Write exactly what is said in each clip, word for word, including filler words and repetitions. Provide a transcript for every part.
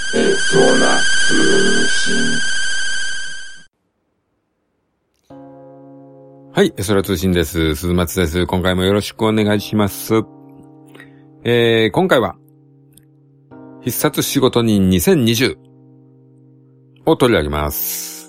空通信。 はい、空通信です。鈴松です。今回もよろしくお願いします。えー、今回は、必殺仕事人にせんにじゅうを取り上げます。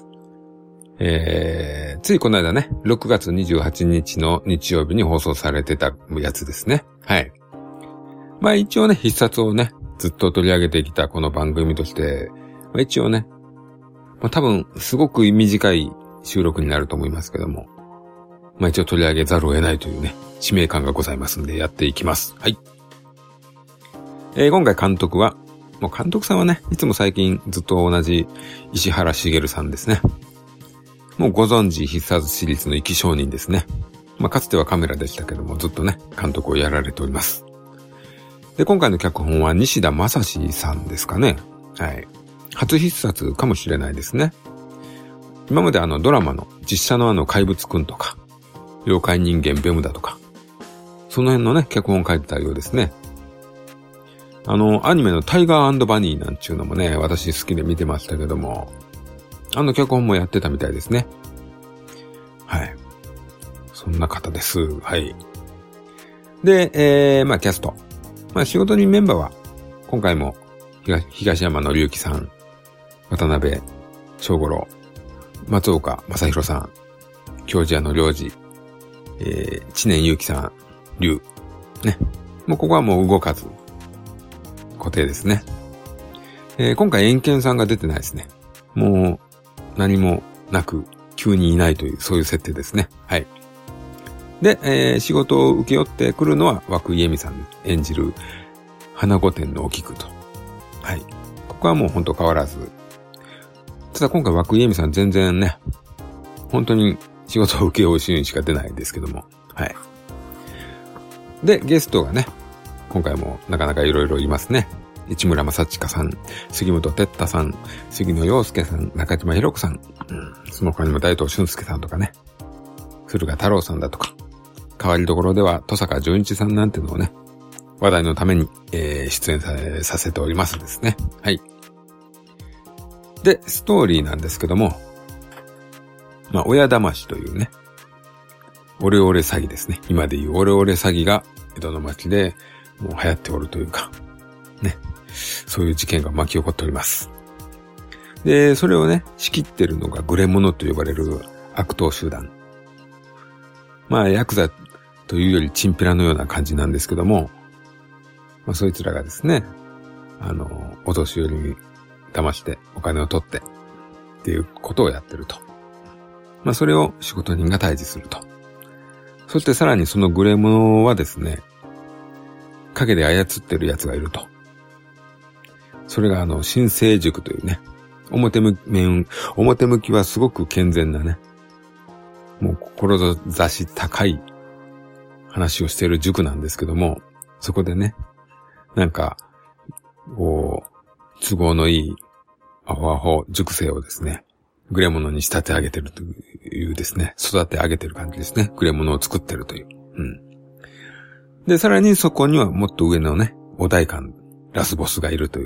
えー、ついこの間ね、ろくがつにじゅうはちにちの日曜日に放送されてたやつですね。はい。まあ一応ね、必殺をね、ずっと取り上げてきたこの番組として、まあ、一応ね、まあ多分すごく短い収録になると思いますけども、まあ一応取り上げざるを得ないというね、使命感がございますんでやっていきます。はい。えー、今回監督は、もう監督さんはね、いつも最近ずっと同じ石原茂さんですね。もうご存知必殺シリーズの生き証人ですね。まあかつてはカメラでしたけども、ずっとね、監督をやられております。で、今回の脚本は西田正史さんですかね。はい。初必殺かもしれないですね。今まであのドラマの実写のあの怪物くんとか、妖怪人間ベムだとか、その辺のね、脚本を書いてたようですね。あの、アニメのタイガー&バニーなんちゅうのもね、私好きで見てましたけども、あの脚本もやってたみたいですね。はい。そんな方です。はい。で、えー、まあキャスト。まあ仕事人メンバーは、今回も東、東山紀之さん、渡辺翔五郎、松岡正宏さん、京地屋の良二、えー、知念祐希さん、龍。ね。もうここはもう動かず、固定ですね。えー、今回円健さんが出てないですね。もう何もなく、急にいないという、そういう設定ですね。はい。で、えー、仕事を請け負ってくるのは、涌井絵美さん演じる、花御殿のお菊と。はい。ここはもうほんと変わらず。ただ今回涌井絵美さん全然ね、本当に仕事を請け負うシーンしか出ないんですけども。はい。で、ゲストがね、今回もなかなかいろいろいますね。市村正親さん、杉本哲太さん、杉野陽介さん、中島博子さん、うん、その他にも大東俊介さんとかね、駿河太郎さんだとか、代わりどころでは、戸坂淳一さんなんてのをね、話題のために、えー、出演さ, させておりますですね。はい。で、ストーリーなんですけども、まあ、親騙しというね、オレオレ詐欺ですね。今でいうオレオレ詐欺が江戸の町でもう流行っておるというか、ね、そういう事件が巻き起こっております。で、それをね、仕切ってるのがグレモノと呼ばれる悪党集団。まあ、ヤクザというよりチンピラのような感じなんですけども、まあ、そいつらがですね、あの、お年寄りに騙してお金を取ってっていうことをやってると。まあ、それを仕事人が対峙すると。そしてさらにそのグレモノはですね、影で操ってる奴がいると。それがあの、新生塾というね、表向面、表向きはすごく健全なね、もう志高い話をしている塾なんですけども、そこでね、なんか、こう、都合のいいアホアホ塾生をですね、グレモノに仕立て上げてるというですね、育て上げてる感じですね。グレモノを作ってるという。うん。で、さらにそこにはもっと上のね、お代官、ラスボスがいるという、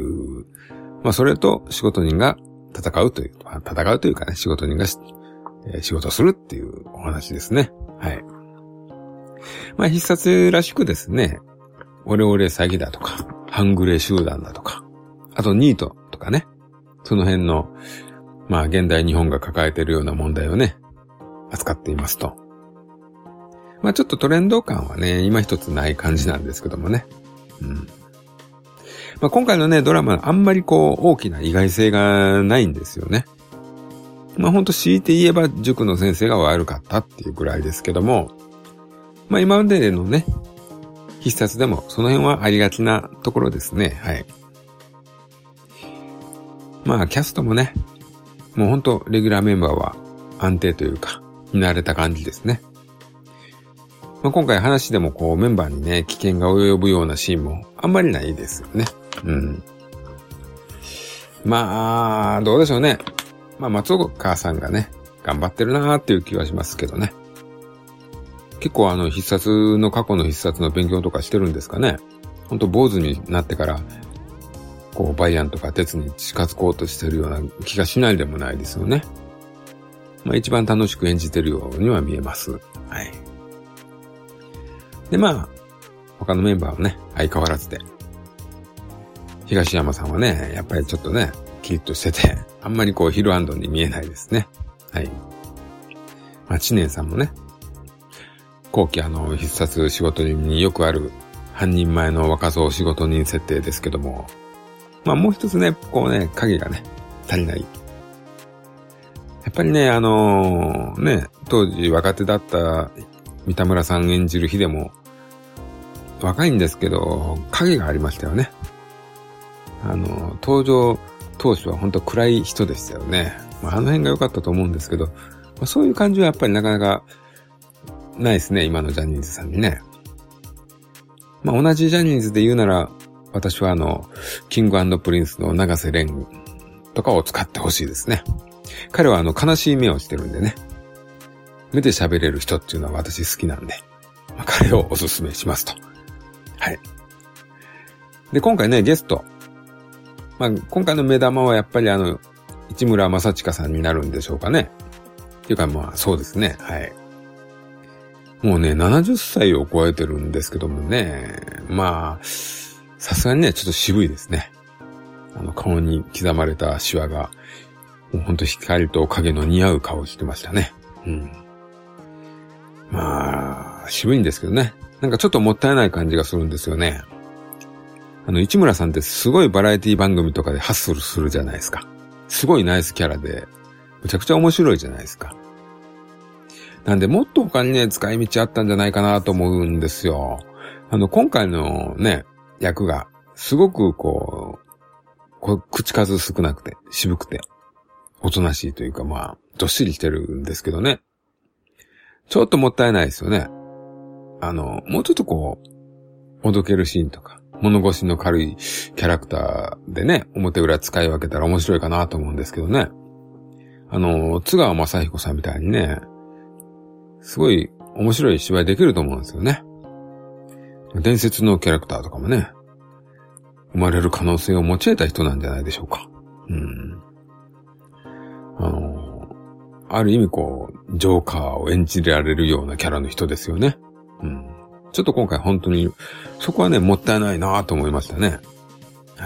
まあそれと仕事人が戦うという、まあ、戦うというかね、仕事人がえー、仕事をするっていうお話ですね。はい。まあ必殺らしくですね、オレオレ詐欺だとか、半グレ集団だとか、あとニートとかね、その辺の、まあ現代日本が抱えているような問題をね、扱っていますと。まあちょっとトレンド感はね、今一つない感じなんですけどもね。うん。まあ今回のね、ドラマあんまりこう大きな意外性がないんですよね。まあほんと強いて言えば塾の先生が悪かったっていうぐらいですけども、まあ今までのね、必殺でもその辺はありがちなところですね。はい。まあキャストもね、もうほんとレギュラーメンバーは安定というか、見慣れた感じですね。まあ今回話でもこうメンバーにね、危険が及ぶようなシーンもあんまりないですよね。うん。まあ、どうでしょうね。まあ松岡さんがね、頑張ってるなーっていう気はしますけどね。結構あの必殺の過去の必殺の勉強とかしてるんですかね。ほんと坊主になってからこう、バイアンとか鉄に近づこうとしてるような気がしないでもないですよね。まあ一番楽しく演じてるようには見えます。はい。で、まあ、他のメンバーはね、相変わらずで。東山さんはね、やっぱりちょっとね、キリッとしてて、あんまりこうヒルアンドに見えないですね。はい。まあ、知念さんもね、後期あの、必殺仕事人によくある半人前の若造仕事人設定ですけども、まあもう一つね、こうね、影がね、足りない。やっぱりね、あのー、ね、当時若手だった三田村さん演じる秀も、若いんですけど、影がありましたよね。あの、登場当初は本当暗い人でしたよね。まあ、あの辺が良かったと思うんですけど、まあ、そういう感じはやっぱりなかなかないですね、今のジャニーズさんにね。まあ、同じジャニーズで言うなら、私はあの、キング&プリンスの永瀬廉とかを使ってほしいですね。彼はあの、悲しい目をしてるんでね。目で喋れる人っていうのは私好きなんで、まあ、彼をおすすめしますと。はい。で、今回ね、ゲスト。まあ、今回の目玉はやっぱりあの、市村正親さんになるんでしょうかね。っていうかまあ、そうですね。はい。もうね、ななじゅっさいを超えてるんですけどもね。まあ、さすがにね、ちょっと渋いですね。あの、顔に刻まれたシワが、もうほんと光と影の似合う顔をしてましたね。うん。まあ、渋いんですけどね。なんかちょっともったいない感じがするんですよね。あの、市村さんってすごいバラエティ番組とかでハッスルするじゃないですか。すごいナイスキャラで、むちゃくちゃ面白いじゃないですか。なんでもっと他にね、使い道あったんじゃないかなと思うんですよ。あの、今回のね、役が、すごくこう、こう口数少なくて、渋くて、おとなしいというかまあ、どっしりしてるんですけどね。ちょっともったいないですよね。あの、もうちょっとこう、おどけるシーンとか、物腰の軽いキャラクターでね、表裏使い分けたら面白いかなと思うんですけどね。あの、津川雅彦さんみたいにね、すごい面白い芝居できると思うんですよね。伝説のキャラクターとかもね、生まれる可能性を持ち得た人なんじゃないでしょうか。うん。あの、ある意味こう、ジョーカーを演じられるようなキャラの人ですよね。うん。ちょっと今回本当に、そこはね、もったいないなと思いましたね。はい。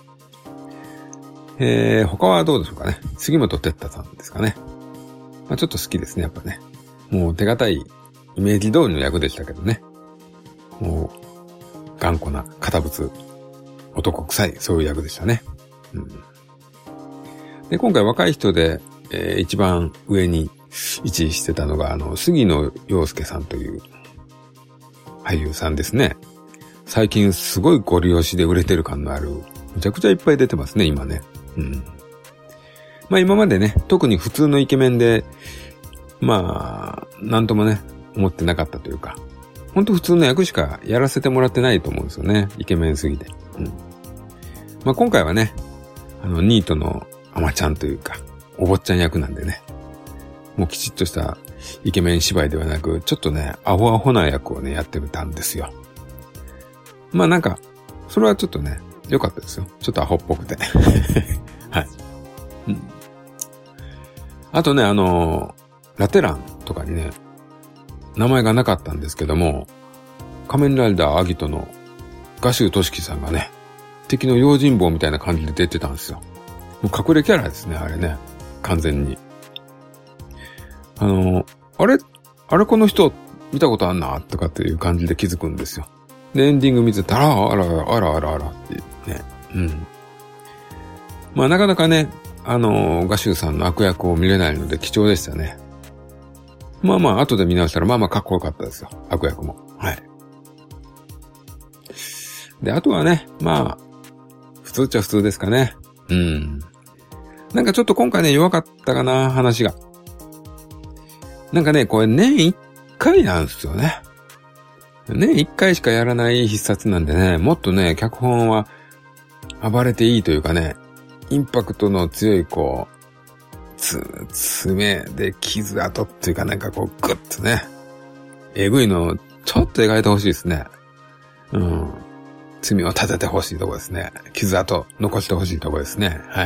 えー、他はどうでしょうかね。杉本哲太さんですかね。まあ、ちょっと好きですね、やっぱね。もう手堅いイメージ通りの役でしたけどね。もう、頑固な、堅物、男臭い、そういう役でしたね。うん、で、今回若い人で、えー、一番上に位置してたのが、あの、杉野遥亮さんという俳優さんですね。最近すごいご利用しで売れてる感のある、むちゃくちゃいっぱい出てますね、今ね。うん。まあ今までね、特に普通のイケメンで、まあ、なんともね、思ってなかったというか、ほんと普通の役しかやらせてもらってないと思うんですよね。イケメンすぎて。うん。まあ今回はね、あの、ニートのアマちゃんというか、お坊ちゃん役なんでね、もうきちっとしたイケメン芝居ではなく、ちょっとね、アホアホな役をね、やってみたんですよ。まあなんか、それはちょっとね、良かったですよ。ちょっとアホっぽくて。はい、うん。あとね、あの、ラテランとかにね、名前がなかったんですけども、仮面ライダーアギトのガシュウトシキさんがね、敵の用心棒みたいな感じで出てたんですよ。もう隠れキャラですね、あれね。完全に。あの、あれあれこの人見たことあんなとかっていう感じで気づくんですよ。で、エンディング見てたら、あら、あら、あら、あらってね。うん。まあなかなかね、あの、ガシュウさんの悪役を見れないので貴重でしたね。まあまあ、後で見直したら、まあまあかっこよかったですよ。悪役も。はい。で、あとはね、まあ、普通っちゃ普通ですかね。うん。なんかちょっと今回ね、弱かったかな、話が。なんかね、これ年一回なんですよね。年一回しかやらない必殺なんでね、もっとね、脚本は暴れていいというかね、インパクトの強いこう、つ、爪で傷跡っていうかなんかこうグッとね、えぐいのをちょっと描いてほしいですね。うん。 罪を立ててほしいとこですね。傷跡残してほしいとこですね。はい。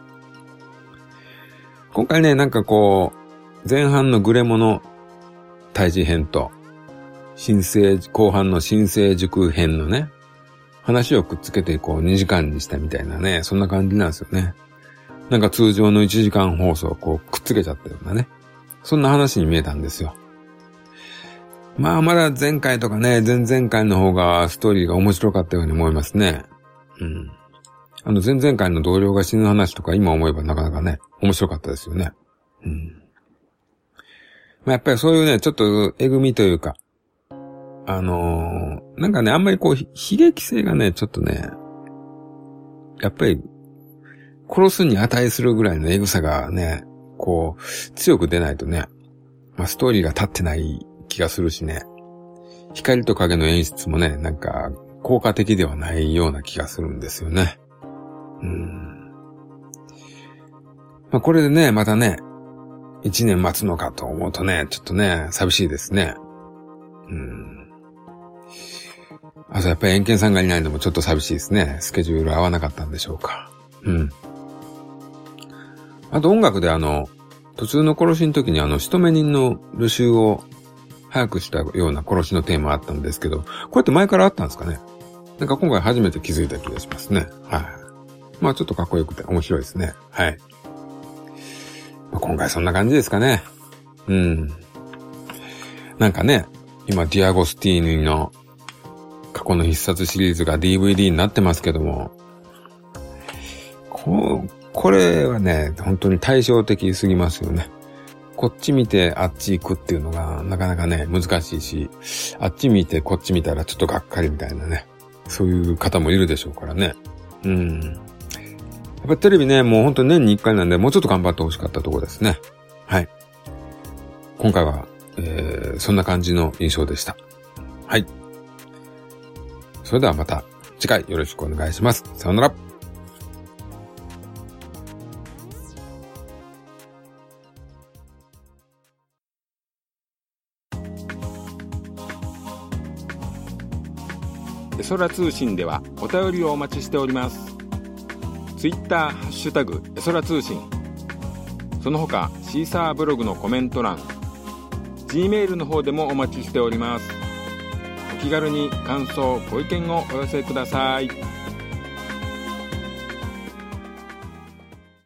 今回ね、なんかこう、前半のグレモノ退治編と、新生、後半の新生塾編のね、話をくっつけてこうにじかんにしたみたいなね、そんな感じなんですよね。なんか通常のいちじかん放送をこうくっつけちゃったようなね。そんな話に見えたんですよ。まあまだ前回とかね、前々回の方がストーリーが面白かったように思いますね。うん。あの前々回の同僚が死ぬ話とか今思えばなかなかね、面白かったですよね。うん。まあやっぱりそういうね、ちょっとえぐみというか、あのー、なんかね、あんまりこう、悲劇性がね、ちょっとね、やっぱり、殺すに値するぐらいのエグさがね、こう、強く出ないとね、まあストーリーが立ってない気がするしね、光と影の演出もね、なんか、効果的ではないような気がするんですよね。うん。まあこれでね、またね、一年待つのかと思うとね、ちょっとね、寂しいですね。うん。あとやっぱりエンケンさんがいないのもちょっと寂しいですね。スケジュール合わなかったんでしょうか。うん。あと音楽であの、途中の殺しの時にあの、仕留め人の履修を早くしたような殺しのテーマあったんですけど、こうやって前からあったんですかね。なんか今回初めて気づいた気がしますね。はい。まあちょっとかっこよくて面白いですね。はい。まあ、今回そんな感じですかね。うん。なんかね、今ディアゴスティーニの過去の必殺シリーズが ディーブイディー になってますけども、こ, これはね、本当に対照的すぎますよね。こっち見てあっち行くっていうのがなかなかね、難しいし、あっち見てこっち見たらちょっとがっかりみたいなね、そういう方もいるでしょうからね。うん。やっぱりテレビね、もう本当に年に一回なんで、もうちょっと頑張ってほしかったところですね。はい。今回は、えー、そんな感じの印象でした。はい。それではまた次回よろしくお願いします。さようなら。 エソラ通信ではお便りをお待ちしております。ツイッターハッシュタグエソラ通信、その他シーサーブログのコメント欄、G メールの方でもお待ちしております。お気軽に感想ご意見をお寄せください。